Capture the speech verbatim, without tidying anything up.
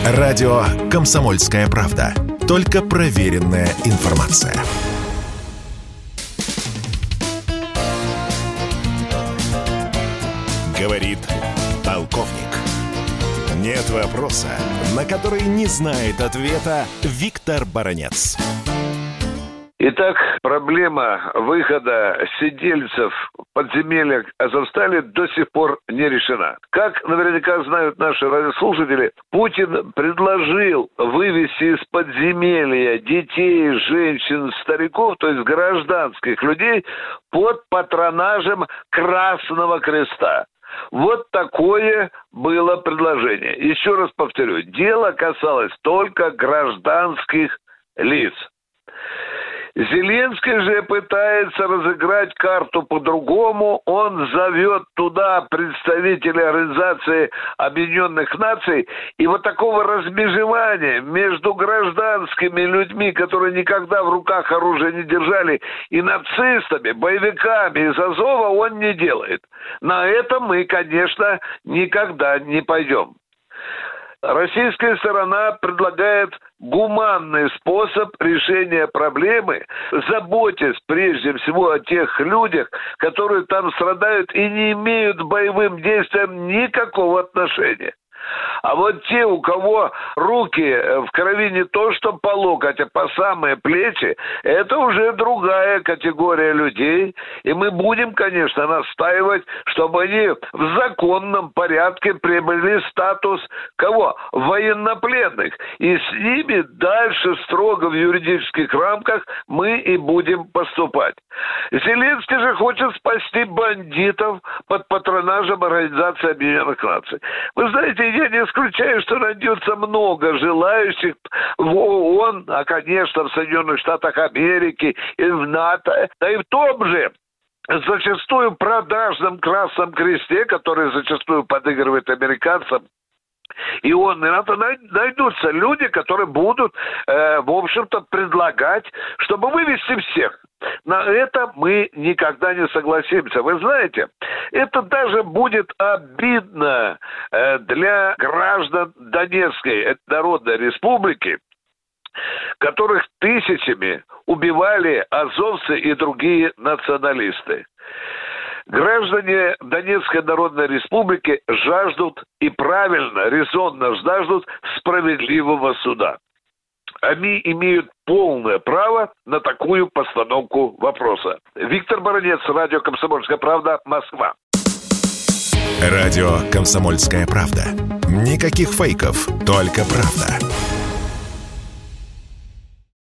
Радио «Комсомольская правда». Только проверенная информация. Говорит полковник. Нет вопроса, на который не знает ответа Виктор Баранец. Итак, проблема выхода сидельцев в подземелья Азовстали до сих пор не решена. Как наверняка знают наши радиослушатели, Путин предложил вывести из подземелья детей, женщин, стариков, то есть гражданских людей, под патронажем Красного Креста. Вот такое было предложение. Еще раз повторю, дело касалось только гражданских лиц. Зеленский же пытается разыграть карту по-другому. Он зовет туда представителей Организации Объединенных Наций. И вот такого размежевания между гражданскими людьми, которые никогда в руках оружие не держали, и нацистами, боевиками из Азова он не делает. На это мы, конечно, никогда не пойдем. Российская сторона предлагает гуманный способ решения проблемы, заботясь прежде всего о тех людях, которые там страдают и не имеют к боевым действиям никакого отношения. А вот те, у кого руки в крови не то что по локоть, а по самые плечи, это уже другая категория людей. И мы будем, конечно, настаивать, чтобы они в законном порядке приобрели статус кого? Военнопленных. И с ними дальше строго в юридических рамках мы и будем поступать. Зеленский же хочет спасти бандитов под патронажем Организации Объединенных Наций. Вы знаете, я не исключаю, что найдется много желающих в ООН, а, конечно, в Соединенных Штатах Америки и в НАТО, да и в том же зачастую продажном Красном Кресте, который зачастую подыгрывает американцам, и он, и НАТО, найдутся люди, которые будут, э, в общем-то, предлагать, чтобы вывести всех. На это мы никогда не согласимся. Вы знаете, это даже будет обидно э, для граждан Донецкой Народной Республики, которых тысячами убивали азовцы и другие националисты. Граждане Донецкой Народной Республики жаждут, и правильно, резонно жаждут справедливого суда. Они имеют полное право на такую постановку вопроса. Виктор Баранец, радио «Комсомольская правда», Москва. Радио «Комсомольская правда». Никаких фейков, только правда.